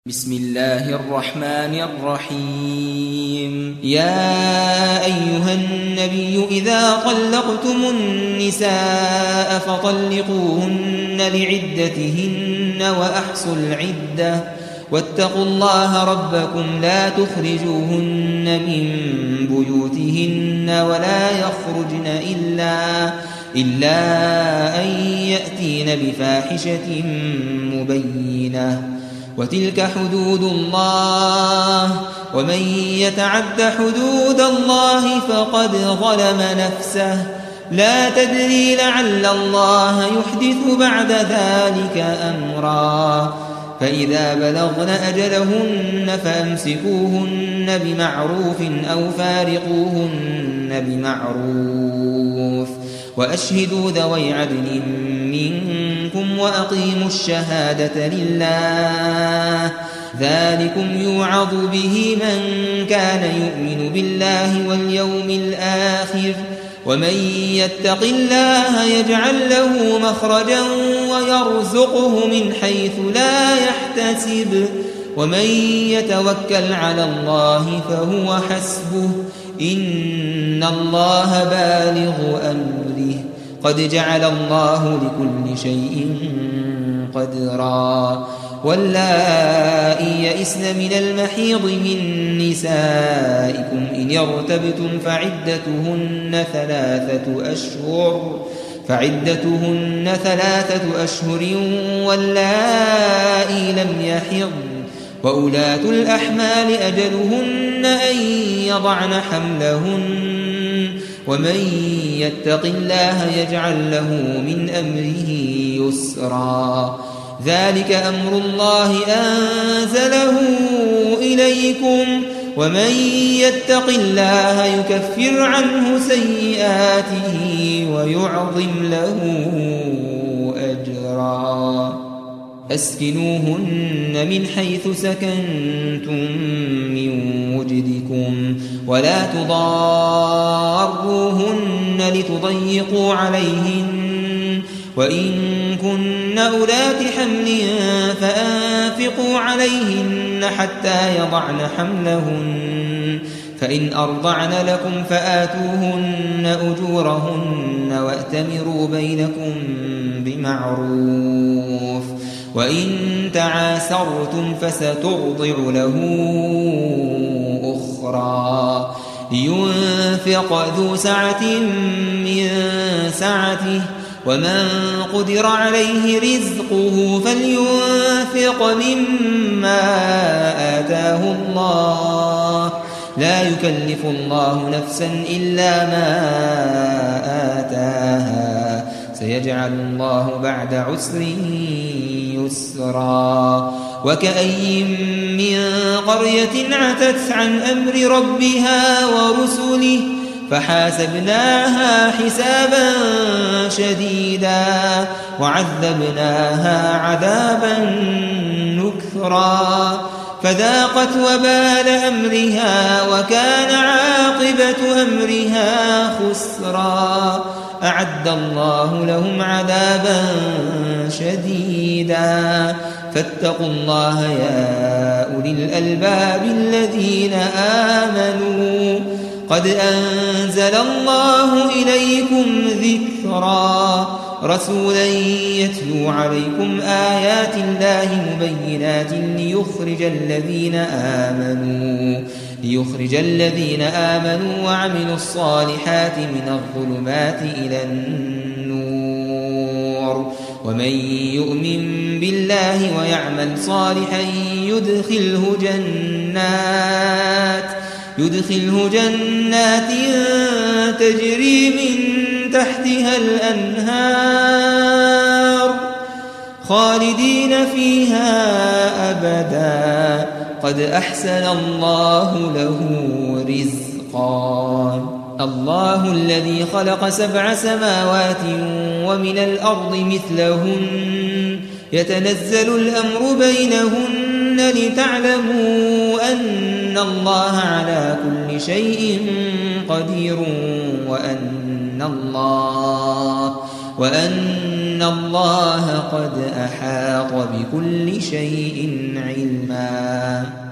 بسم الله الرحمن الرحيم يا أيها النبي إذا طلقتم النساء فطلقوهن لعدتهن وأحصوا العدة واتقوا الله ربكم لا تخرجوهن من بيوتهن ولا يخرجن إلا أن يأتين بفاحشة مبينة وتلك حدود الله ومن يتعد حدود الله فقد ظلم نفسه لا تدري لعل الله يحدث بعد ذلك أمرا فإذا بلغن أجلهن فأمسكوهن بمعروف أو فارقوهن بمعروف وأشهدوا ذوي عدل منكم وأقيموا الشهادة لله ذلكم يوعظ به من كان يؤمن بالله واليوم الآخر ومن يتق الله يجعل له مخرجا ويرزقه من حيث لا يحتسب ومن يتوكل على الله فهو حسبه إن الله بالغ أمره قد جعل الله لكل شيء قدرا واللائي يئسن من المحيض من نسائكم إن ارتبتم فعدتهن 3 أشهر واللائي لم يحضن وأولاة الأحمال أجلهن أن يضعن حملهن ومن يتق الله يجعل له من أمره يسرا ذلك أمر الله أنزله إليكم ومن يتق الله يكفر عنه سيئاته ويعظم له أجرا أسكنوهن من حيث سكنتم من وجدكم ولا تضاروهن لتضيقوا عليهن وإن كن أولات حمل فأنفقوا عليهن حتى يضعن حملهن فإن أرضعن لكم فآتوهن أجورهن وأتمروا بينكم بمعروف وإن تعاسرتم فسترضع له أخرى لينفق ذو سعة من سعته ومن قدر عليه رزقه فلينفق مما آتاه الله لا يكلف الله نفسا إلا ما آتاها سيجعل الله بعد عسر يسرا وكأي من قرية عتت عن أمر ربها ورسله فحاسبناها حسابا شديدا وعذبناها عذابا نكرا فذاقت وبال أمرها وكان عاقبة أمرها خسرا أعد الله لهم عذابا شديدا فاتقوا الله يا أولي الألباب الذين آمنوا قد أنزل الله إليكم ذكرا رسولا يتلو عليكم آيات الله مبينات ليخرج الذين آمنوا وعملوا الصالحات من الظلمات إلى النور ومن يؤمن بالله ويعمل صالحا يدخله جنات تجري من تحتها الأنهار خالدين فيها أبدا قد أحسن الله له رزقا الله الذي خلق 7 سماوات ومن الأرض مثلهن يتنزل الأمر بينهن لتعلموا أن الله على كل شيء قدير وأن إن الله قد أحاط بكل شيء علما.